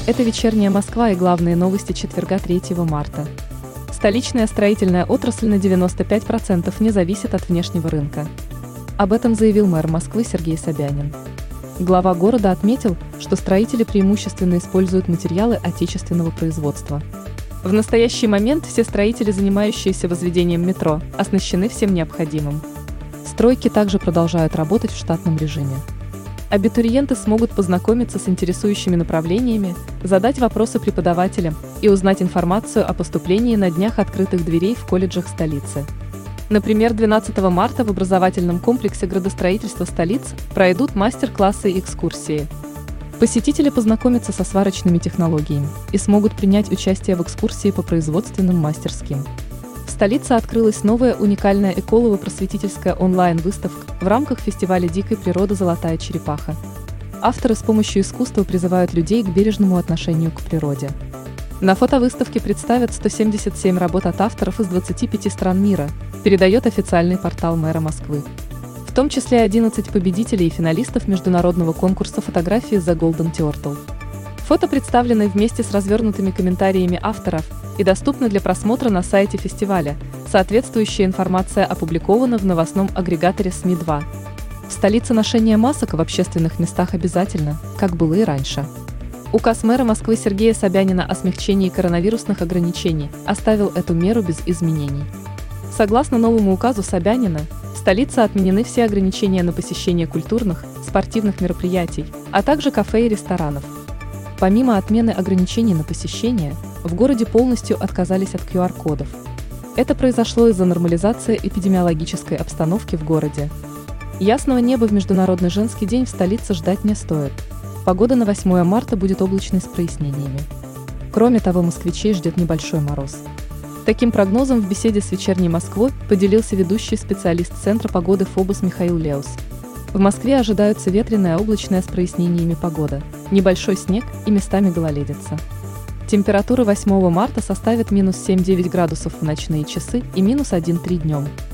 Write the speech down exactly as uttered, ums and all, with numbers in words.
Это «Вечерняя Москва» и главные новости четверга третьего марта. Столичная строительная отрасль на девяносто пять процентов не зависит от внешнего рынка. Об этом заявил мэр Москвы Сергей Собянин. Глава города отметил, что строители преимущественно используют материалы отечественного производства. В настоящий момент все строители, занимающиеся возведением метро, оснащены всем необходимым. Стройки также продолжают работать в штатном режиме. Абитуриенты смогут познакомиться с интересующими направлениями, задать вопросы преподавателям и узнать информацию о поступлении на днях открытых дверей в колледжах столицы. Например, двенадцатого марта в образовательном комплексе градостроительства столицы пройдут мастер-классы и экскурсии. Посетители познакомятся со сварочными технологиями и смогут принять участие в экскурсии по производственным мастерским. В столице открылась новая уникальная эколого-просветительская онлайн-выставка в рамках фестиваля дикой природы «Золотая черепаха». Авторы с помощью искусства призывают людей к бережному отношению к природе. На фотовыставке представят сто семьдесят семь работ от авторов из двадцати пяти стран мира, передает официальный портал мэра Москвы. В том числе одиннадцать победителей и финалистов международного конкурса фотографии The Golden Turtle. Фото представлены вместе с развернутыми комментариями авторов и доступны для просмотра на сайте фестиваля. Соответствующая информация опубликована в новостном агрегаторе СМИ два. В столице ношение масок в общественных местах обязательно, как было и раньше. Указ мэра Москвы Сергея Собянина о смягчении коронавирусных ограничений оставил эту меру без изменений. Согласно новому указу Собянина, в столице отменены все ограничения на посещение культурных, спортивных мероприятий, а также кафе и ресторанов. Помимо отмены ограничений на посещение, в городе полностью отказались от ку ар кодов. Это произошло из-за нормализации эпидемиологической обстановки в городе. Ясного неба в Международный женский день в столице ждать не стоит. Погода на восьмое марта будет облачной с прояснениями. Кроме того, москвичей ждет небольшой мороз. Таким прогнозом в беседе с «Вечерней Москвой» поделился ведущий специалист Центра погоды ФОБОС Михаил Леус. В Москве ожидаются ветреная облачная с прояснениями погода, небольшой снег и местами гололедица. Температура восьмого марта составит минус семь-девять градусов в ночные часы и минус один-три днем.